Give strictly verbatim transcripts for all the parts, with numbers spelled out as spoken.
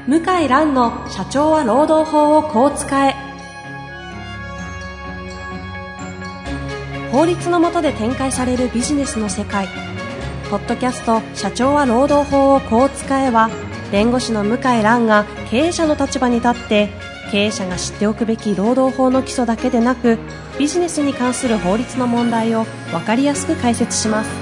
向井蘭の社長は労働法をこう使え。法律の下で展開されるビジネスの世界。ポッドキャスト社長は労働法をこう使えは、弁護士の向井蘭が経営者の立場に立って経営者が知っておくべき労働法の基礎だけでなく、ビジネスに関する法律の問題を分かりやすく解説します。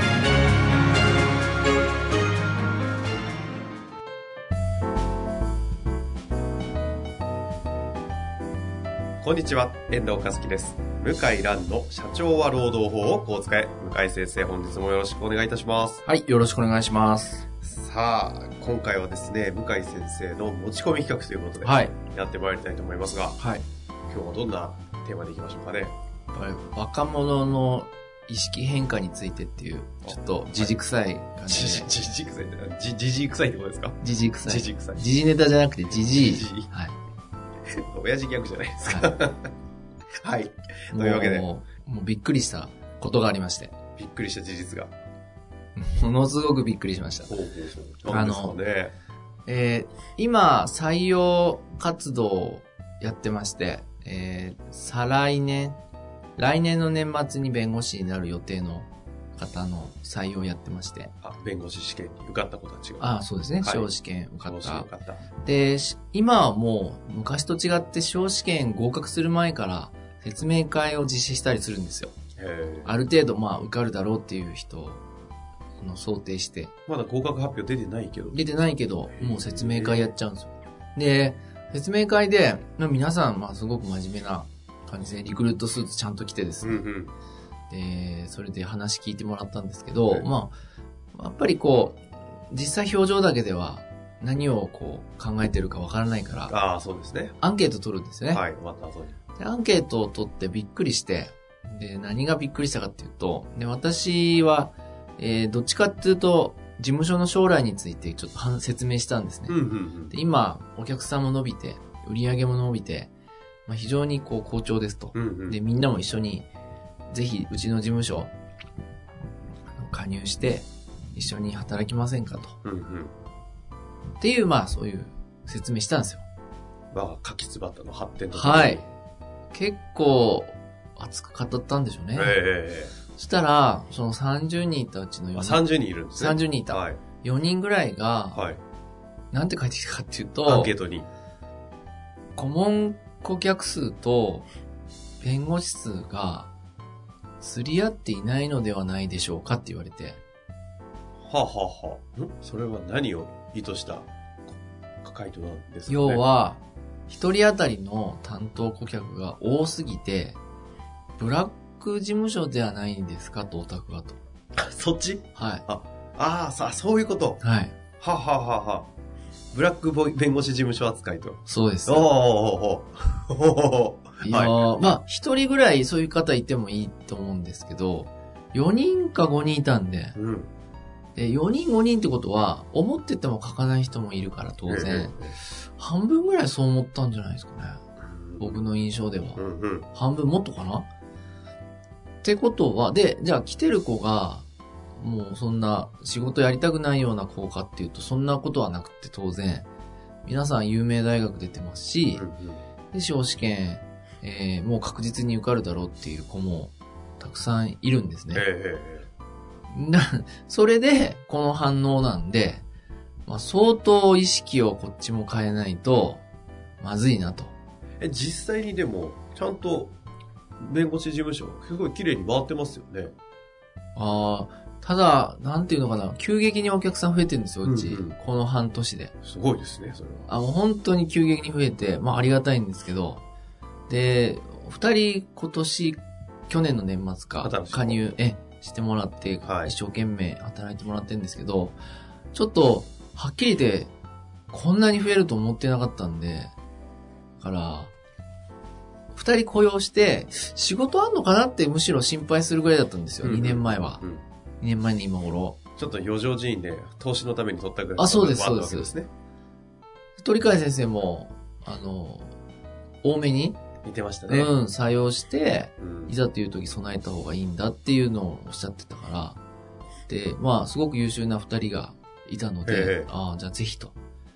こんにちは、遠藤和樹です。向井蘭の社長は労働法をこう使え。向井先生、本日もよろしくお願いいたします。 はい、よろしくお願いします。 さあ、今回はですね、向井先生の持ち込み企画ということで、はい、やってまいりたいと思いますが、はい、今日はどんなテーマでいきましょうかね。 やっぱり若者の意識変化についてっていう、ちょっとじじくさい感じで、ね。 じじくさいって、じじじくさいってことですか？ じじくさい。 じじくさい。 じじネタじゃなくてじじい。はい。 親父ギャグじゃないですか。はい。はい、というわけで。 もう、もうびっくりしたことがありまして。 びっくりした事実が。 ものすごくびっくりしました。 ほうほうほう。なんですかね。あの、 えー、今、採用活動をやってまして、えー、再来年、来年の年末に弁護士になる予定の方の採用をやってまして。 あ、弁護士試験に受かった子たちが。 あ、そうですね。司法試験受かった。 はい、受かった。 で、今はもう昔と違って司法試験合格する前から説明会を実施したりするんですよ。 へー。 ある程度まあ受かるだろうっていう人を想定して。 まだ合格発表出てないけど。 出てないけど、もう説明会やっちゃうんですよ。で、説明会で、皆さんまあすごく真面目な感じでリクルートスーツちゃんと着てですね。うんうん、で、それで話聞いてもらったんですけど、まあ、やっぱりこう、実際表情だけでは何をこう考えてるかわからないから、 ああ、そうですね。 アンケート取るんですよね。 はい、また後に。 で、アンケートを取ってびっくりして、で、何がびっくりしたかっていうと、で、私は、えー、どっちかっていうと、事務所の将来についてちょっと説明したんですね。 うんうんうん、 で、今、お客さんも伸びて、売り上げも伸びて、まあ、非常にこう好調ですと、うんうん。で、みんなも一緒に、ぜひ、うちの事務所、加入して、一緒に働きませんかと。うんうん、っていう、まあ、そういう説明したんですよ。 まあ、柿つばたの発展とか。 はい。結構、熱く語ったんでしょうね。 えー、 そしたら、そのさんじゅうにんいたうちのよにん。 さんじゅうにんいるんですね。 さんじゅうにんいた。はい。よにんぐらいが、はい。なんて書いてきたかっていうと、 アンケートに。 顧問顧客数と弁護士数が釣り合っていないのではないでしょうかって言われて。 はあ、はあはあ、んそれは何を意図した回答なんですかね。 要は、一人当たりの担当顧客が多すぎて、ブラック事務所ではないんですかと、オタクがと。 そっち？ はい。 あ、ああ、さ、そういうこと。 はい。 はあ、はあはあはあ、ブラック弁護士事務所扱いと。 そうです。 おーおーおーおーいやー、はい、まあ、一人ぐらいそういう方いてもいいと思うんですけど、よにんかごにんいたんで、うん、でよにんごにんってことは、思ってても書かない人もいるから当然、えー、半分ぐらいそう思ったんじゃないですかね。うん、僕の印象では。うんうん、半分もっとかなってことは、で、じゃあ来てる子が、もうそんな仕事やりたくないような子かっていうと、そんなことはなくて当然、皆さん有名大学出てますし、うんうん、で、司法試験、えー、もう確実に受かるだろうっていう子もたくさんいるんですね。えー、なそれで、この反応なんで、まあ、相当意識をこっちも変えないと、まずいなと。 え、実際にでも、ちゃんと、弁護士事務所、すごい綺麗に回ってますよね。 ああ、ただ、なんていうのかな、急激にお客さん増えてるんですよ、うち。うんうん、この半年で。 すごいですね、それは。 あ、もう本当に急激に増えて、まあありがたいんですけど、で、二人今年、去年の年末か、加入、え、してもらって、はい、一生懸命働いてもらってるんですけど、ちょっと、はっきり言って、こんなに増えると思ってなかったんで、だから、二人雇用して、仕事あんのかなってむしろ心配するぐらいだったんですよ、うんうん、にねんまえは。うん、にねんまえに今頃。 ちょっと余剰人員で投資のために取ったぐらい。 あ、そうです、そうです。ですね。鳥飼先生も、あの、多めに、 見てましたね。 うん、採用して、うん、いざという時備えた方がいいんだっていうのをおっしゃってたから、で、まあ、すごく優秀な二人がいたので、ああ、じゃあぜひと。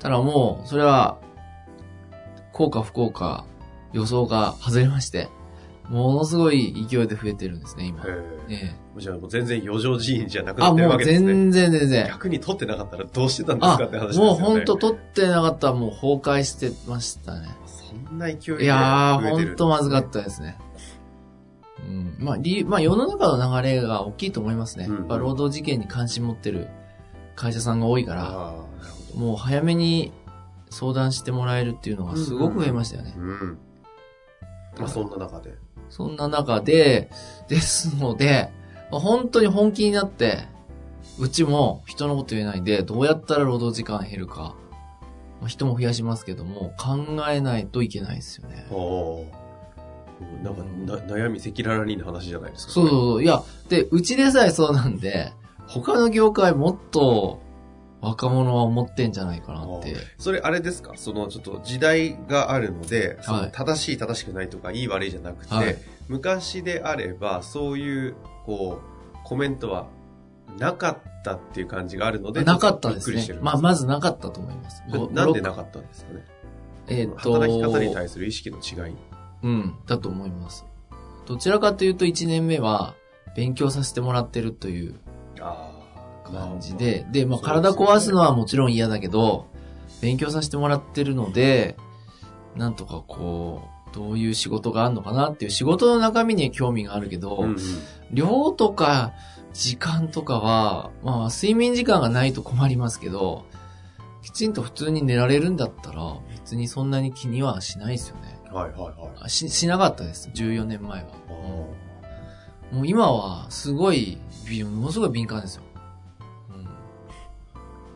ただもう、それは、効か不効か予想が外れまして、ものすごい勢いで増えてるんですね、今。 ええ。じゃあもう全然余剰人員じゃなくなってるわけですね。 あ、もう全然全然。 逆に取ってなかったらどうしてたんですかって話ですよね。 もう本当取ってなかったらもう崩壊してましたね。 そんな勢いで増えてる。 いやー、本当まずかったですね。うん。まあ、理まあ世の中の流れが大きいと思いますね。うんうん、やっぱ労働事件に関心持ってる会社さんが多いから、あ、もう早めに相談してもらえるっていうのがすごく増えましたよね。うんうんうん、 まあそんな中で。 そんな中で、ですので、まあ、本当に本気になって、うちも人のこと言えないで、どうやったら労働時間減るか、まあ、人も増やしますけども、考えないといけないですよね。 なんかな、悩み赤裸々にの話じゃないですか。 そうそうそう。いや、で、うちでさえそうなんで、他の業界もっと若者は思ってんじゃないかなって。 それあれですか、そのちょっと時代があるので、その正しい正しくないとか、いい悪いじゃなくて、はい、昔であればそういうこうコメントはなかったっていう感じがあるので、 なかったですね。びっくりしてるんです。まあまずなかったと思います。 なんでなかったんですかね。えー、っと働き方に対する意識の違い。 うん、だと思います。どちらかというといちねんめは勉強させてもらってるという感じで、で、まあ体壊すのはもちろん嫌だけど、勉強させてもらってるので、なんとかこう、どういう仕事があるのかなっていう仕事の中身に興味があるけど、うんうん、量とか時間とかは、まあ睡眠時間がないと困りますけど、きちんと普通に寝られるんだったら別にそんなに気にはしないですよね。 はいはいはい。 し、しなかったです。じゅうよねんまえは。もう今はすごい、ものすごい敏感ですよ。うん。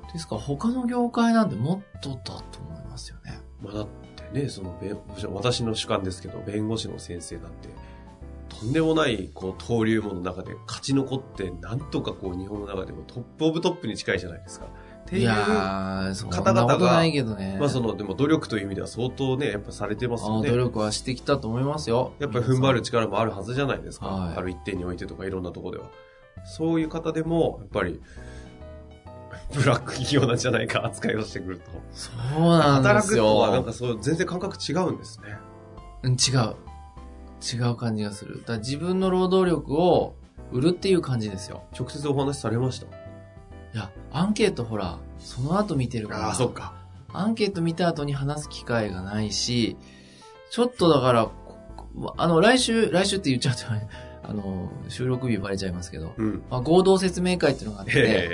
ですから他の業界なんてもっとだと思いますよね。 まあだってね、その弁、私の主観ですけど、弁護士の先生なんて、とんでもないこう登竜門の中で勝ち残って、なんとかこう日本の中でもトップオブトップに近いじゃないですか。っていう方々が、 ないけどね、 まあその、でも努力という意味では相当ね、やっぱされてますよね。 努力はしてきたと思いますよ。 やっぱり踏ん張る力もあるはずじゃないですか。はい、ある一点においてとかいろんなところでは。そういう方でも、やっぱり、ブラック企業なんじゃないか扱いをしてくると。 そうなんですよ。 働くとはなんかそう全然感覚違うんですね。 うん、違う。違う感じがする。だから自分の労働力を売るっていう感じですよ。 直接お話しされました？ いや、アンケートほら、その後見てるから。 ああ、そっか。 アンケート見た後に話す機会がないし、ちょっとだから、あの、来週、来週って言っちゃうと、あの、収録日バレちゃいますけど、うん、まあ、合同説明会っていうのがあって、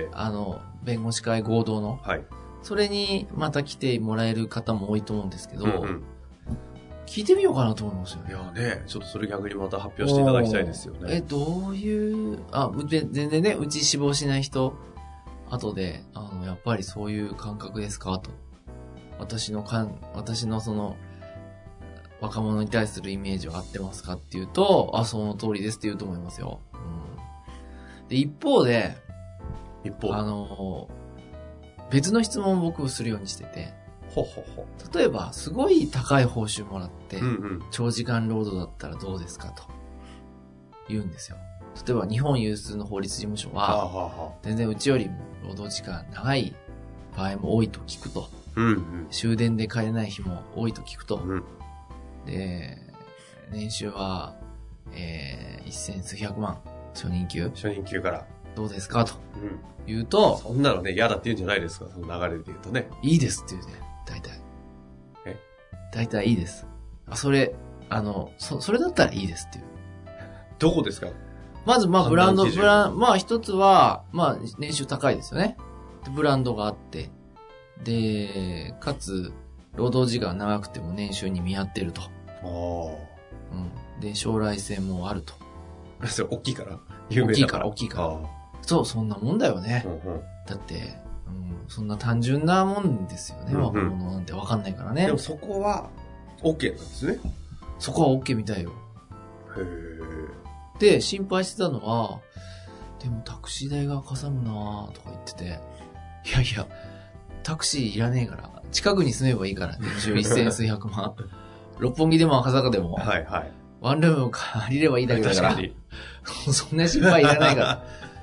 あの、弁護士会合同の、はい、それにまた来てもらえる方も多いと思うんですけど、うんうん、聞いてみようかなと思いますよね。 いやね、ちょっとそれ逆にまた発表していただきたいですよね。 え、どういう、あ、全然ね、うち死亡しない人、後で、あの、やっぱりそういう感覚ですかと。私のかん、私のその、若者に対するイメージは合ってますかっていうと、あ、その通りですって言うと思いますよ。うん、で、一方で、 一方あの、別の質問を僕するようにしてて、 ほほほ例えば、すごい高い報酬もらって、 うんうん、 長時間労働だったらどうですかと言うんですよ。例えば日本有数の法律事務所は、全然うちよりも労働時間長い場合も多いと聞くと。 うんうん、 終電で帰れない日も多いと聞くと。 うん、 で、年収は、えー、一千数百万、初任給初任給から。 どうですかと。言うと、 うん、そんなのね、嫌だって言うんじゃないですか、その流れで言うとね。 いいですって言うね、大体。 え大体いいです。あ、それ、あの、そ、それだったらいいですっていう。 どこですか？ まず、まあ、ブランド、ブラン、まあ、一つは、まあ、年収高いですよね。ブランドがあって、で、かつ、労働時間長くても年収に見合ってると。 ああ。 うん。で、将来性もあると。 それ、大きいから有名だから。 大きいから、大きいから。そう、そんなもんだよね。 うんうん、 だって、うん、そんな単純なもんですよね。若者なんてわかんないからね。 でもそこは、OK なんですね。 そこは OK みたいよ。 へー。 で、心配してたのは、でもタクシー代がかさむなぁとか言ってて、いやいや、タクシーいらねえから、近くに住めばいいから、年収一千数百万。六本木でも赤坂でも、 はいはい、 ワンルーム借りればいいだけだから、そんな心配いらないから。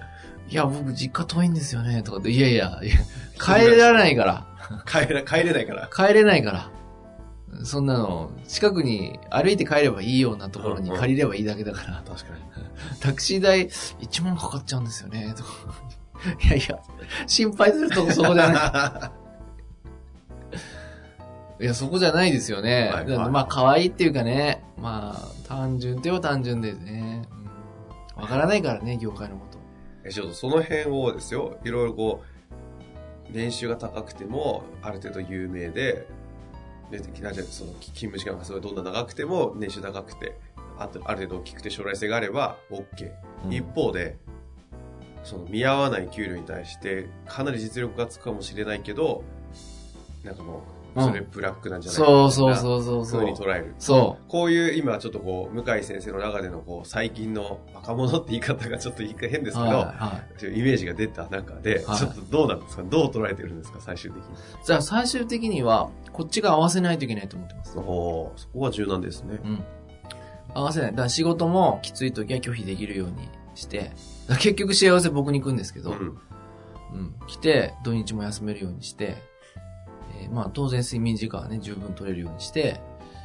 いや、僕実家遠いんですよね、とかって、いやいや、いや帰らないから。 帰れ、帰れないから。 帰れないから。そんなの、近くに歩いて帰ればいいようなところに借りればいいだけだから。うんうん、 確かに。 タクシー代いちまんかかっちゃうんですよね、とか。いやいや、心配するとこそこじゃない。いや、そこじゃないですよね。はいはい、まあ、可愛いっていうかね、まあ、単純って言えば単純でね。わ、うん、からないからね、業界のこと。 え、ちょっとその辺をですよ、いろいろこう、年収が高くても、ある程度有名で、で、その勤務時間がすごいどんどん長くても、年収高くて、あと、ある程度大きくて将来性があれば、OK。うん、一方で、その見合わない給料に対して、かなり実力がつくかもしれないけど、なんかもう、それブラックなんじゃないかな、うん、 そうそうそうそう。 そういう風に捉える。 そう。 こういう、今ちょっとこう、向井先生の中でのこう、最近の若者って言い方がちょっと変ですけど、はいはい、イメージが出た中で、はい、ちょっとどうなんですか、どう捉えてるんですか、最終的に。 じゃあ最終的には、こっちが合わせないといけないと思ってます。 おー、そこは柔軟ですね。 うん。合わせない。だから仕事もきつい時は拒否できるようにして、結局幸せ僕に行くんですけど、うん。うん。来て、土日も休めるようにして、えー、まあ当然睡眠時間はね、十分取れるようにして、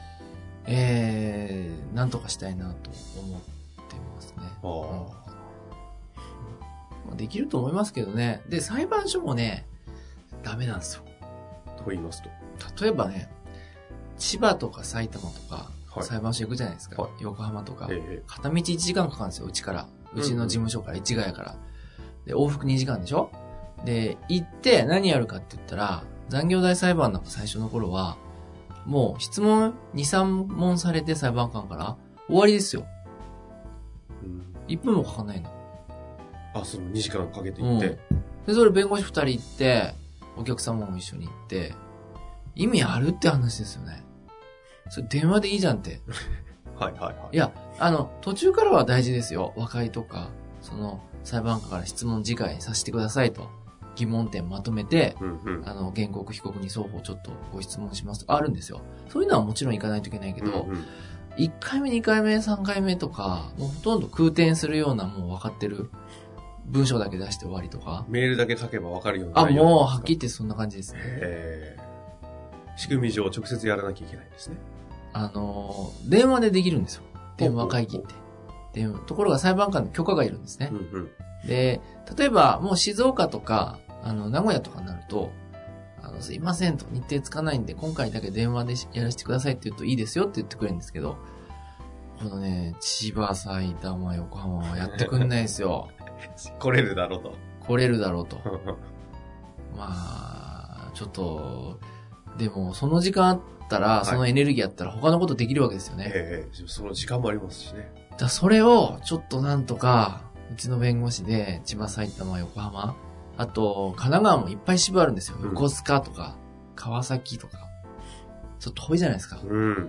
えー、なんとかしたいなと思ってますね。ああ、うん。まあ、できると思いますけどね。で、裁判所もね、ダメなんですよ。 と言いますと。 例えばね、千葉とか埼玉とか、はい、裁判所行くじゃないですか。はい、横浜とか、ええ。片道いちじかんかかるんですよ、うちから。うちの事務所から市ヶ谷から。で、往復にじかんでしょ？で、行って何やるかって言ったら、残業代裁判なんか最初の頃は、もう質問に、さんもんされて裁判官から終わりですよ。うん、いっぷんもかかんないの。 あ、そのにじかんかけて行って。うん、 で、それ弁護士ふたり行って、お客様も一緒に行って、意味あるって話ですよね。それ電話でいいじゃんって。 はいはいはい。 いや、あの、途中からは大事ですよ。和解とか、その、裁判官から質問次回させてくださいと。疑問点まとめて、うんうん、あの、原告被告に双方ちょっとご質問しますとかあるんですよ。そういうのはもちろん行かないといけないけど、うんうん、いっかいめ、にかいめ、さんかいめとか、もうほとんど空転するようなもう分かってる文章だけ出して終わりとか。 メールだけ書けば分かるような。 あ、もうはっきり言ってそんな感じですね。 へー。仕組み上直接やらなきゃいけないんですね。 あの、電話でできるんですよ。電話会議って。電話。ところが裁判官の許可がいるんですね。うんうん、で、例えばもう静岡とか、あの、名古屋とかになると、あの、すいませんと、日程つかないんで、今回だけ電話でやらせてくださいって言うといいですよって言ってくれるんですけど、このね、千葉、埼玉、横浜はやってくんないですよ。 来れるだろうと。 来れるだろうと。まあ、ちょっと、でも、その時間あったら、はい、そのエネルギーあったら他のことできるわけですよね。 ええ、その時間もありますしね。 だそれを、ちょっとなんとか、うちの弁護士で、千葉、埼玉、横浜、あと、神奈川もいっぱい支部あるんですよ。うん、横須賀とか、川崎とか。ちょっと遠いじゃないですか。うん。うん。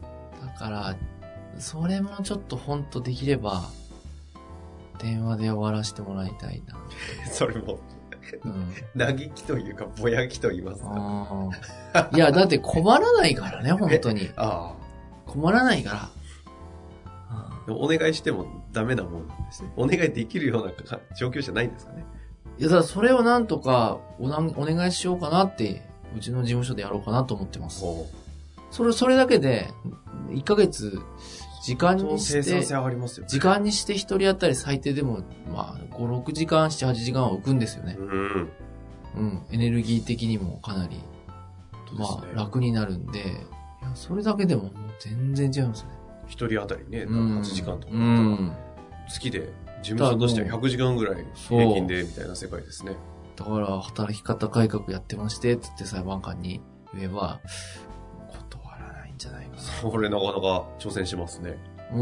だから、それもちょっとほんとできれば、電話で終わらせてもらいたいな。 それも、うん、嘆きというか、ぼやきと言いますか。いや、だって困らないからね、本当に。ああ。困らないから。 でもお願いしてもダメなもんなんですね。お願いできるような状況じゃないんですかね。 いや、だからそれをなんとかおなお願いしようかなって、うちの事務所でやろうかなと思ってます。それ、それだけで、いっかげつ、時間にして、 生産性上がりますよね。 時間にして一人当たり最低でも、まあ、ご、ろくじかん、なな、はちじかんは浮くんですよね。うん。うん。エネルギー的にもかなり、まあ、楽になるんで、いや、それだけでももう全然違いますね。 一人当たりね、はちじかんとか。うん。月で、事務所としてはひゃくじかんぐらい平均でみたいな世界ですね。 だから働き方改革やってましてつって裁判官に言えば断らないんじゃないかな。 それなかなか挑戦しますね。 うん。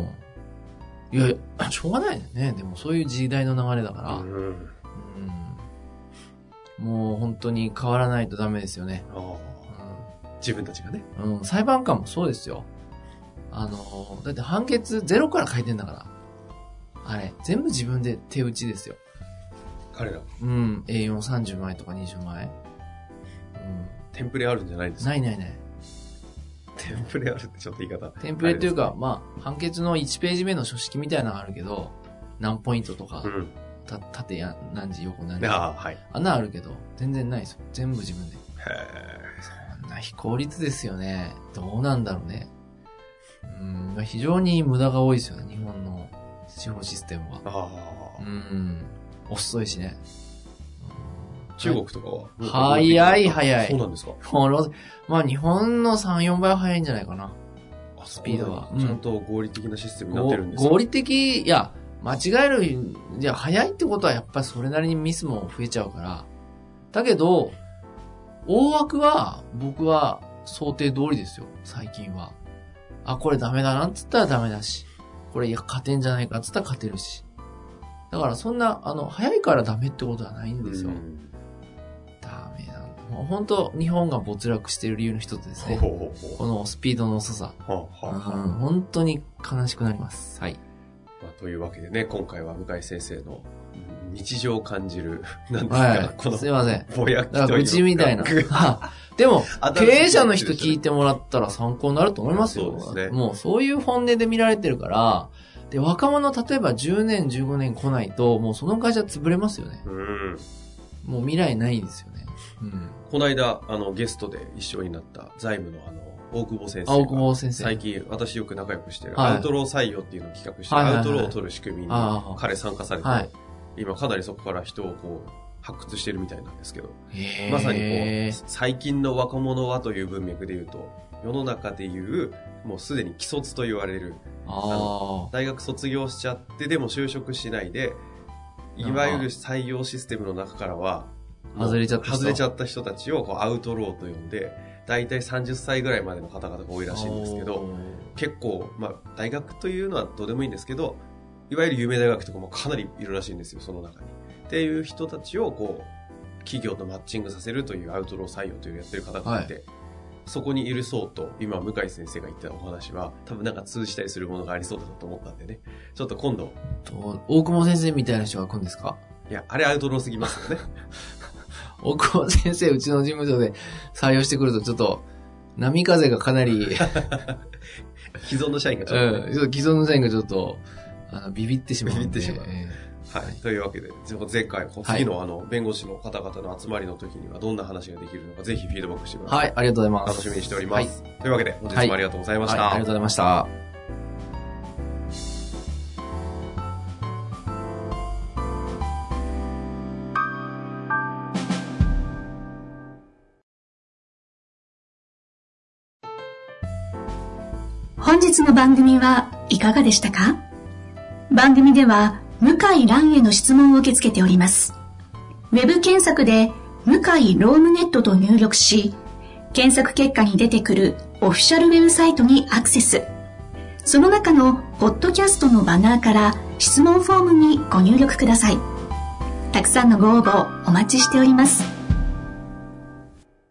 いやいや、しょうがないね。でもそういう時代の流れだから。うん。うん、もう本当に変わらないとダメですよね。ああ、うん。 自分たちがね。 うん。裁判官もそうですよ。あの、だって判決ゼロから書いてんだから。あれ、全部自分で手打ちですよ。 彼ら。 うん。エーよんさんじゅうまいとかにじゅうまい。うん。 テンプレあるんじゃないですか？ ないないない。 テンプレあるってちょっと言い方。 テンプレっていうか、まあ、判決のいちページ目の書式みたいなのがあるけど、何ポイントとか、うん、 た縦や何時横何時。 ああ、はい。 穴あるけど、全然ないですよ。全部自分で。 へそんな非効率ですよね。どうなんだろうね。うん、非常に無駄が多いですよね、日本の司法システムは。 ああ。 うん、遅いしね。 中国とかは早い早い。 そうなんですか。 まあ日本のさん、よんばいは早いんじゃないかな。スピードは。 ちゃんと合理的なシステムになってるんですか。 合理的、いや、間違える、いや、早いってことはやっぱりそれなりにミスも増えちゃうから。だけど、大枠は僕は想定通りですよ、最近は。あ、これダメだなっつったらダメだし。これいや勝てんじゃないかっつったら勝てるし。だからそんな、あの、早いからダメってことはないんですよ。ダメなんだ。もう本当日本が没落している理由の一つですね。ほうほうほう、このスピードの遅さ。はあはあ、うん。本当に悲しくなります。はい。 まあ、というわけでね、今回は向井先生の日常を感じる、なんですか、 はい、 この、 すいません。 ぼやきというか。 だからうちみたいな。でも、経営者の人聞いてもらったら参考になると思いますよ。そうですね。もうそういう本音で見られてるから、で、若者、例えばじゅうねん、じゅうごねん来ないと、もうその会社潰れますよね。うん。もう未来ないんですよね。うん。 この間、あの、ゲストで一緒になった財務のあの、大久保先生が。 大久保先生。 最近、私よく仲良くしてる、はい、アウトロー採用っていうのを企画して、はいはいはい、アウトローを取る仕組みに彼参加されて、はい、今かなりそこから人をこう、発掘してるみたいなんですけど、まさにこう、最近の若者はという文脈で言うと、世の中で言う、もうすでに既卒と言われる、あの大学卒業しちゃってでも就職しないで、いわゆる採用システムの中からは、 外れちゃった人外れちゃった人たちをこうアウトローと呼んで、だいたいさんじゅっさいぐらいまでの方々が多いらしいんですけど、結構、まあ、大学というのはどうでもいいんですけど、いわゆる有名大学とかもかなりいるらしいんですよ、その中に。っていう人たちをこう企業とマッチングさせるというアウトロー採用というのをやってる方がいて、はい、そこにいる層と今向井先生が言ったお話は多分なんか通じたりするものがありそうだと思ったんでね、ちょっと今度大久保先生みたいな人が来るんですか？ いや、あれアウトローすぎますよね。 大久保先生うちの事務所で採用してくるとちょっと波風がかなり既存の社員がちょっと、ね、 うん、既存の社員がちょっとあのビビってしまう。 ビビってしまう。えーはい。というわけで、前回、次のあの、弁護士の方々の集まりの時にはどんな話ができるのか、ぜひフィードバックしてください。 はい、ありがとうございます。 楽しみにしております。はい、というわけで、本日もありがとうございました。 はいはい、ありがとうございました。 本日の番組はいかがでしたか？番組では向井蘭への質問を受け付けております。ウェブ検索で向井ロームネットと入力し、検索結果に出てくるオフィシャルウェブサイトにアクセス。その中のポッドキャストのバナーから質問フォームにご入力ください。たくさんのご応募お待ちしております。